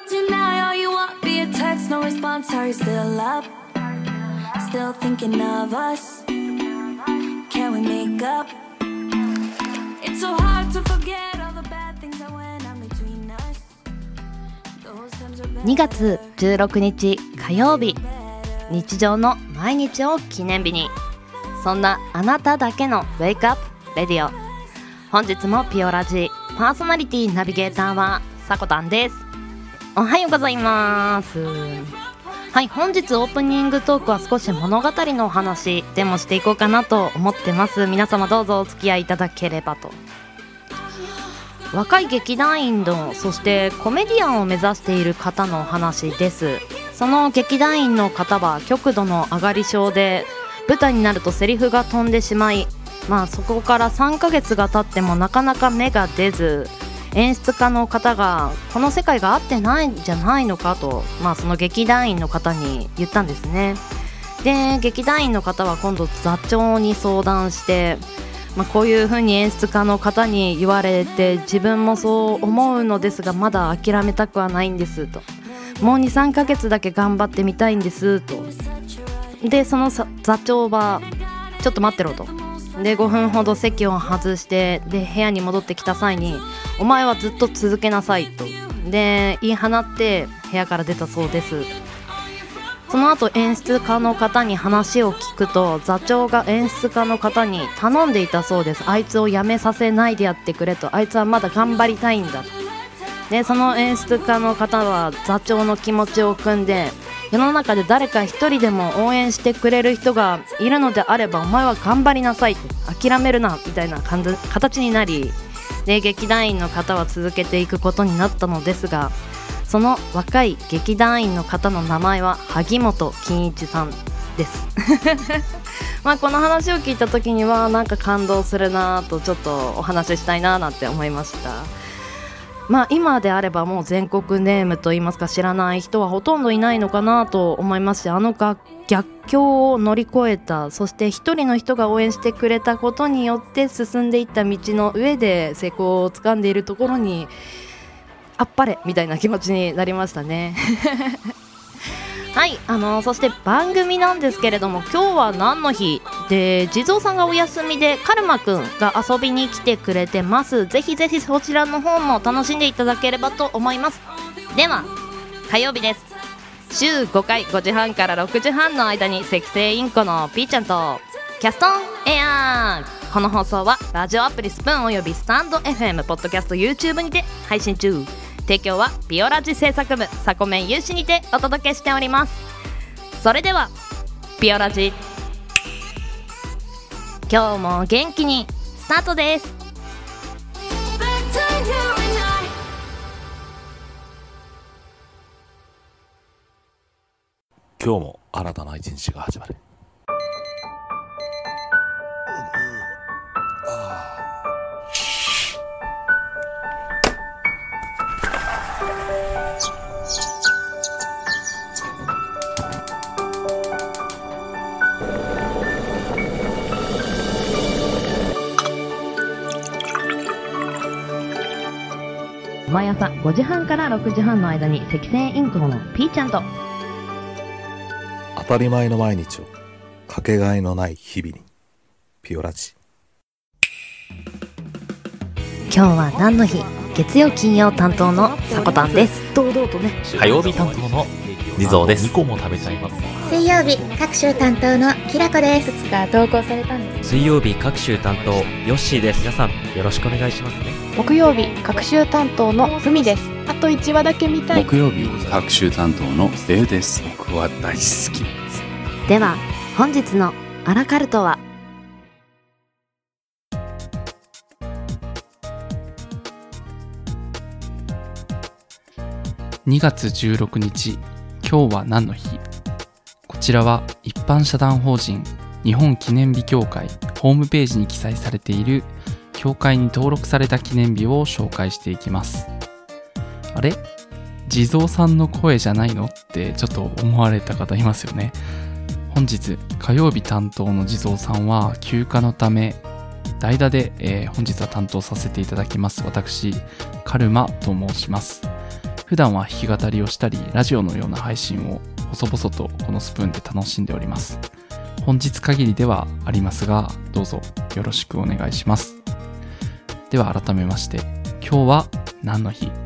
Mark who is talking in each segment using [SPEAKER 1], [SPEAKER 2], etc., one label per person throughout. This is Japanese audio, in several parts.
[SPEAKER 1] deny all you want via text, no response. Are you still up? Still thinking of us? Can we make up? It's so hard to forget all the bad things that went on between us. Those times are better.
[SPEAKER 2] 2月16日火曜日、日常の毎日を記念日に、そんなあなただけのウェイクアップレディオ。本日もピオラジパーソナリティナビゲーターはさこたんです。おはようございます。はい、本日オープニングトークは少し物語のお話でもしていこうかなと思ってます。皆様どうぞお付き合いいただければと。若い劇団員の、そしてコメディアンを目指している方のお話です。その劇団員の方は極度の上がり症で、舞台になるとセリフが飛んでしまい、そこから3ヶ月が経ってもなかなか芽が出ず、演出家の方がこの世界が合ってないんじゃないのかと、その劇団員の方に言ったんですね。で、劇団員の方は今度座長に相談して、こういうふうに演出家の方に言われて、自分もそう思うのですがまだ諦めたくはないんですと、もう 2,3 ヶ月だけ頑張ってみたいんですと。で、その座長はちょっと待ってろと。で、5分ほど席を外して、で部屋に戻ってきた際に、お前はずっと続けなさいとで言い放って部屋から出たそうです。その後演出家の方に話を聞くと、座長が演出家の方に頼んでいたそうです。あいつを辞めさせないでやってくれと、あいつはまだ頑張りたいんだと。で、その演出家の方は座長の気持ちを汲んで、世の中で誰か一人でも応援してくれる人がいるのであれば、お前は頑張りなさいと、諦めるなみたいな形になり、で劇団員の方は続けていくことになったのですが、その若い劇団員の方の名前は萩本欽一さんですこの話を聞いた時にはなんか感動するなと、ちょっとお話ししたいななんて思いました。今であればもう全国ネームといいますか、知らない人はほとんどいないのかなと思いますし、あの逆境を乗り越えた、そして一人の人が応援してくれたことによって進んでいった道の上で成功をつかんでいるところに、あっぱれみたいな気持ちになりましたねはい、そして番組なんですけれども、今日は何の日で、地蔵さんがお休みでカルマくんが遊びに来てくれてます。ぜひぜひそちらの方も楽しんでいただければと思います。では火曜日です。週5回5時半から6時半の間に赤星インコのピーちゃんとキャストンエアー。この放送はラジオアプリスプーンおよびスタンド FM、 ポッドキャスト YouTube にて配信中。提供はピオラジ制作部サコメン有志にてお届けしております。それではピオラジ、今日も元気にスタートです。
[SPEAKER 3] 今日も新たな一日が始まる。
[SPEAKER 2] 毎朝5時半から6時半の間に赤星インコのピーちゃんと、
[SPEAKER 3] 当たり前の毎日をかけがえのない日々に、ピオラジ。
[SPEAKER 2] 今日は何の日？月曜金曜担当のさこたんです。堂々とね。
[SPEAKER 4] 火曜日担当の地蔵です。2個も食べちゃいます。
[SPEAKER 5] 水曜日各週担当のきらこです。
[SPEAKER 6] いくつか投稿されたんです。
[SPEAKER 4] 水曜日各週担当ヨッシーです。皆さんよろしくお願いしますね。
[SPEAKER 6] 木曜日各週担当のふみです。あと1話だけ見たい。
[SPEAKER 7] 木曜日各週担当のレイです。僕は大好きです。
[SPEAKER 2] では本日のアラカルトは、
[SPEAKER 8] 2月16日、今日は何の日？こちらは一般社団法人日本記念日協会ホームページに記載されている協会に登録された記念日を紹介していきます。あれ？地蔵さんの声じゃないのってちょっと思われた方いますよね。本日火曜日担当の地蔵さんは休暇のため代打で、本日は担当させていただきます。私カルマと申します。 普段は弾き語りをしたりラジオのような配信を細々とこのスプーンで楽しんでおります。本日限りではありますが、どうぞよろしくお願いします。では改めまして、今日は何の日？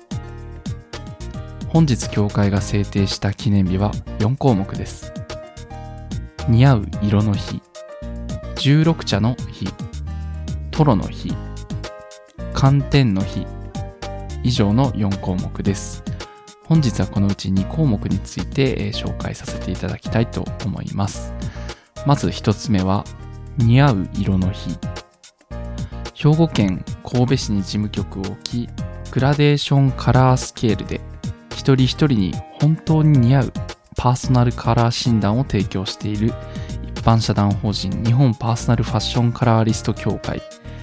[SPEAKER 8] 本日協会が制定した記念日は4項目です。似合う色の日、16茶の日、トロの日、寒天の日、以上の4項目です。本日はこのうち2項目について紹介させていただきたいと思います。まず1つ目は似合う色の日。兵庫県神戸市に事務局を置き、グラデーションカラースケールで一人一人に本当に似合うパーソナルカラー診断を提供している一般社団法人日本パーソナルファッションカラーリスト協会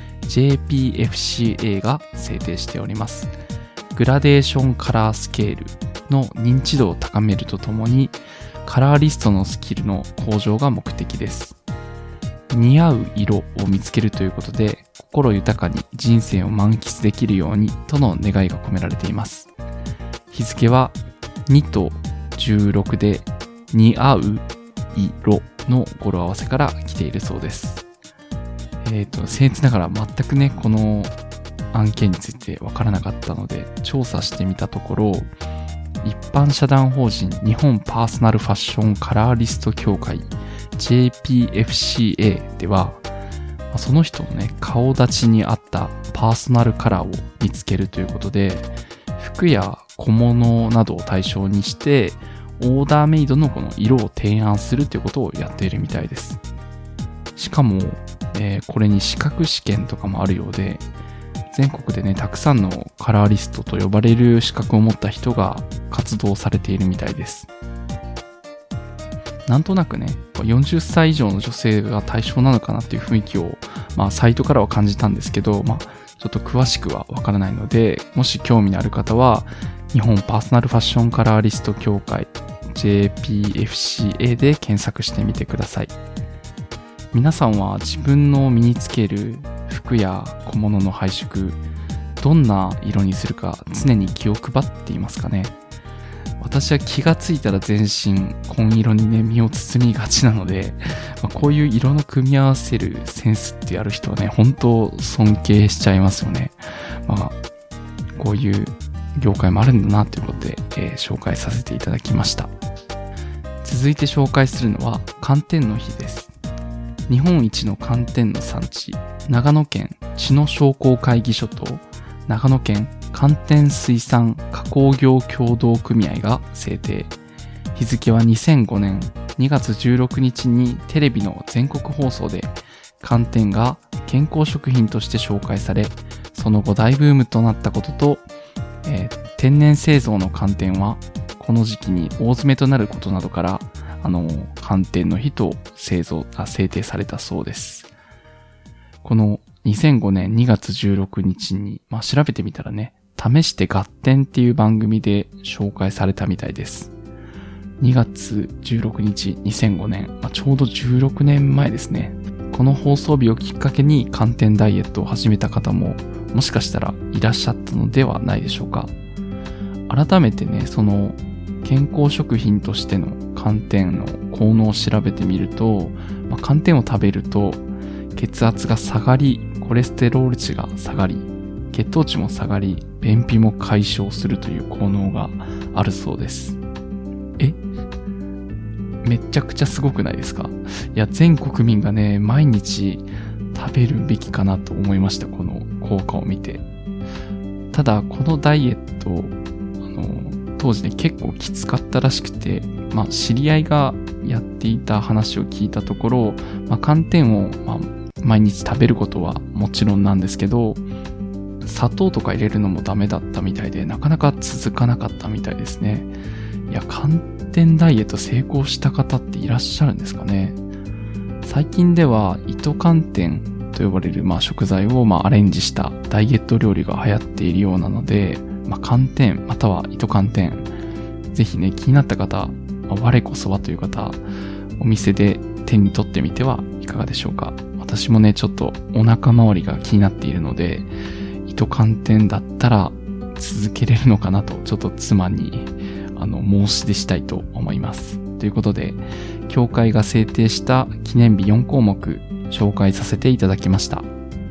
[SPEAKER 8] JPFCA が制定しております。グラデーションカラースケールの認知度を高めるとともに、カラーリストのスキルの向上が目的です。似合う色を見つけるということで、心豊かに人生を満喫できるようにとの願いが込められています。日付は2と16で似合う色の語呂合わせから来ているそうです。僭越ながら全くね、この案件についてわからなかったので調査してみたところ、一般社団法人日本パーソナルファッションカラーリスト協会 JPFCA では、その人のね、顔立ちに合ったパーソナルカラーを見つけるということで、服や小物などを対象にしてオーダーメイドのこの色を提案するということをやっているみたいです。しかも、これに資格試験とかもあるようで、全国でね、たくさんのカラーリストと呼ばれる資格を持った人が活動されているみたいです。なんとなくね、40歳以上の女性が対象なのかなっていう雰囲気を、サイトからは感じたんですけど、ちょっと詳しくはわからないので、もし興味のある方は、日本パーソナルファッションカラーリスト協会 JPFCA で検索してみてください。皆さんは自分の身につける服や小物の配色、どんな色にするか常に気を配っていますかね。私は気がついたら全身紺色にね、身を包みがちなので、こういう色の組み合わせるセンスってある人はね、本当尊敬しちゃいますよね。こういう業界もあるんだなということで、紹介させていただきました。続いて紹介するのは寒天の日です。日本一の寒天の産地、長野県茅野商工会議所と長野県寒天水産加工業協同組合が制定。日付は2005年2月16日にテレビの全国放送で寒天が健康食品として紹介され、その後大ブームとなったことと、天然製造の寒天はこの時期に大詰めとなることなどから寒天の日と制定されたそうです。この2005年2月16日に、調べてみたらね、試して合点っていう番組で紹介されたみたいです。2月16日2005年、ちょうど16年前ですね。この放送日をきっかけに寒天ダイエットを始めた方ももしかしたらいらっしゃったのではないでしょうか。改めてね、その健康食品としての寒天の効能を調べてみると、寒天を食べると血圧が下がり、コレステロール値が下がり、血糖値も下がり、便秘も解消するという効能があるそうです。めちゃくちゃすごくないですか？いや、全国民がね、毎日食べるべきかなと思いました。この効果を見て。ただ、このダイエット、当時ね、結構きつかったらしくて、知り合いがやっていた話を聞いたところ、寒天を、毎日食べることはもちろんなんですけど、砂糖とか入れるのもダメだったみたいで、なかなか続かなかったみたいですね。いや、寒天ダイエット成功した方っていらっしゃるんですかね。最近では糸寒天と呼ばれる食材をアレンジしたダイエット料理が流行っているようなので、寒天または糸寒天、ぜひね、気になった方、我こそはという方、お店で手に取ってみてはいかがでしょうか。私もね、ちょっとお腹周りが気になっているので、糸寒天だったら続けれるのかなと、ちょっと妻に申し出したいと思います。ということで、協会が制定した記念日4項目紹介させていただきました。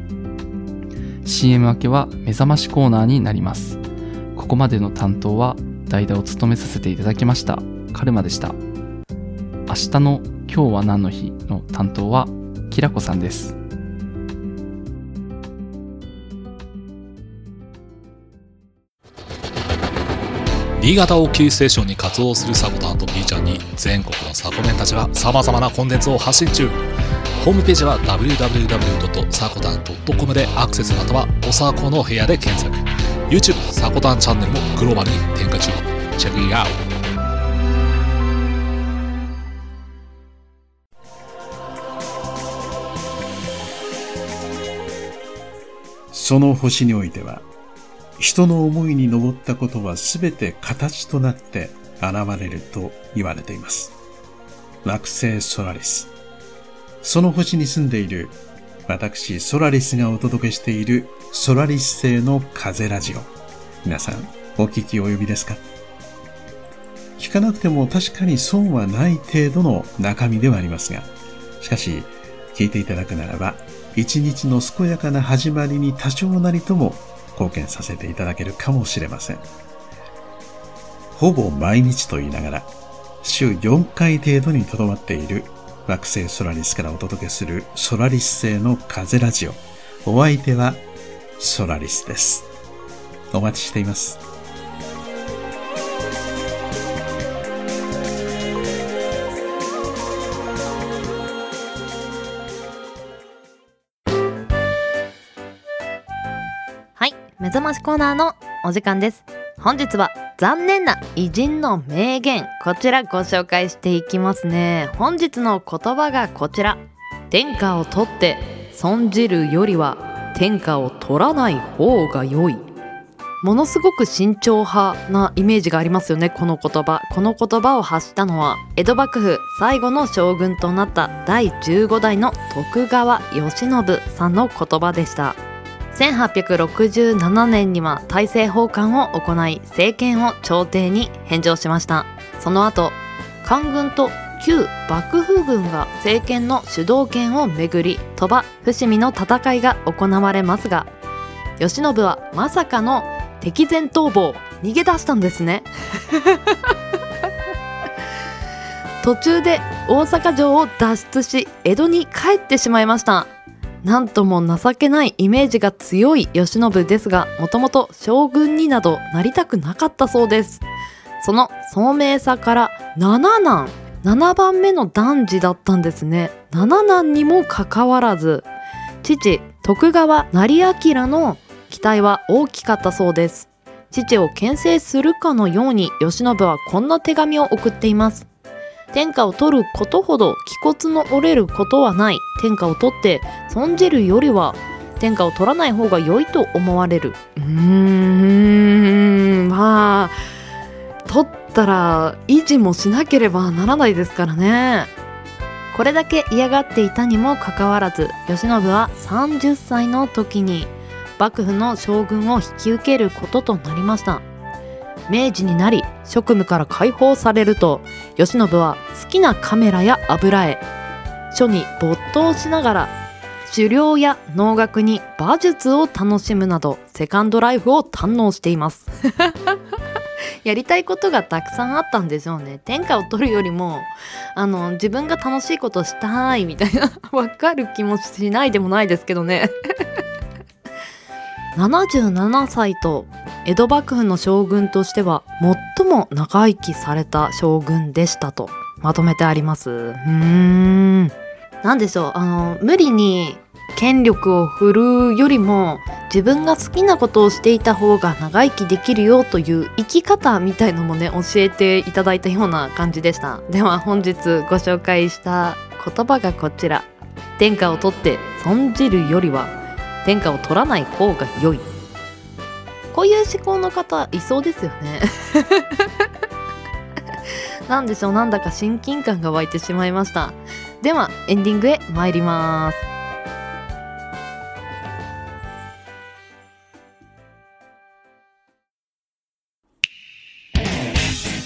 [SPEAKER 8] CM 明けは目覚ましコーナーになります。ここまでの担当は代打を務めさせていただきましたカルマでした。明日の今日は何の日の担当はきらこさんです。
[SPEAKER 3] 新潟をキーステーションに活動するサコタンと B ちゃんに全国のサコメンたちは様々なコンテンツを発信中。ホームページは www.sakotan.com でアクセスまたはおさこの部屋で検索。 YouTube サコタンチャンネルもグローバルに展開中。チェックイットアウト。
[SPEAKER 9] その星においては、人の思いに上ったことはすべて形となって現れると言われています。惑星ソラリス。その星に住んでいる私ソラリスがお届けしているソラリス星の風ラジオ。皆さんお聞き及びですか？聞かなくても確かに損はない程度の中身ではありますが、しかし聞いていただくならば一日の健やかな始まりに多少なりとも貢献させていただけるかもしれません。ほぼ毎日と言いながら週4回程度にとどまっている惑星ソラリスからお届けするソラリス星の風ラジオ。お相手はソラリスです。お待ちしています。
[SPEAKER 2] はい、目覚ましコーナーのお時間です。本日は残念な偉人の名言、こちらご紹介していきますね。本日の言葉がこちら。天下を取って損じるよりは天下を取らない方が良い。ものすごく慎重派なイメージがありますよね、この言葉。この言葉を発したのは江戸幕府最後の将軍となった第15代の徳川慶喜さんの言葉でした。1867年には大政奉還を行い政権を朝廷に返上しました。その後官軍と旧幕府軍が政権の主導権をめぐり鳥羽伏見の戦いが行われますが、慶喜はまさかの敵前逃亡、逃げ出したんですね途中で大阪城を脱出し江戸に帰ってしまいました。なんとも情けないイメージが強い慶喜ですが、もともと将軍になどなりたくなかったそうです。その聡明さから7番目の男児だったんですね。7男にもかかわらず父徳川斉昭の期待は大きかったそうです。父を牽制するかのように慶喜はこんな手紙を送っています。天下を取ることほど気骨の折れることはない。天下を取って損じるよりは天下を取らない方が良いと思われる。まあ取ったら維持もしなければならないですからね。これだけ嫌がっていたにもかかわらず、慶喜は30歳の時に幕府の将軍を引き受けることとなりました。明治になり職務から解放されると、慶喜は好きなカメラや油絵、書に没頭しながら狩猟や農学に馬術を楽しむなどセカンドライフを堪能していますやりたいことがたくさんあったんでしょうね。天下を取るよりも自分が楽しいことしたいみたいなわかる気もしないでもないですけどね77歳と江戸幕府の将軍としては最も長生きされた将軍でしたとまとめてあります。なんでしょう、無理に権力を振るうよりも自分が好きなことをしていた方が長生きできるよという生き方みたいのもね、教えていただいたような感じでした。では本日ご紹介した言葉がこちら。天下を取って損じるよりは天下を取らない方が良い。こういう思考の方いそうですよねなんでしょう、なんだか親近感が湧いてしまいました。ではエンディングへ参ります。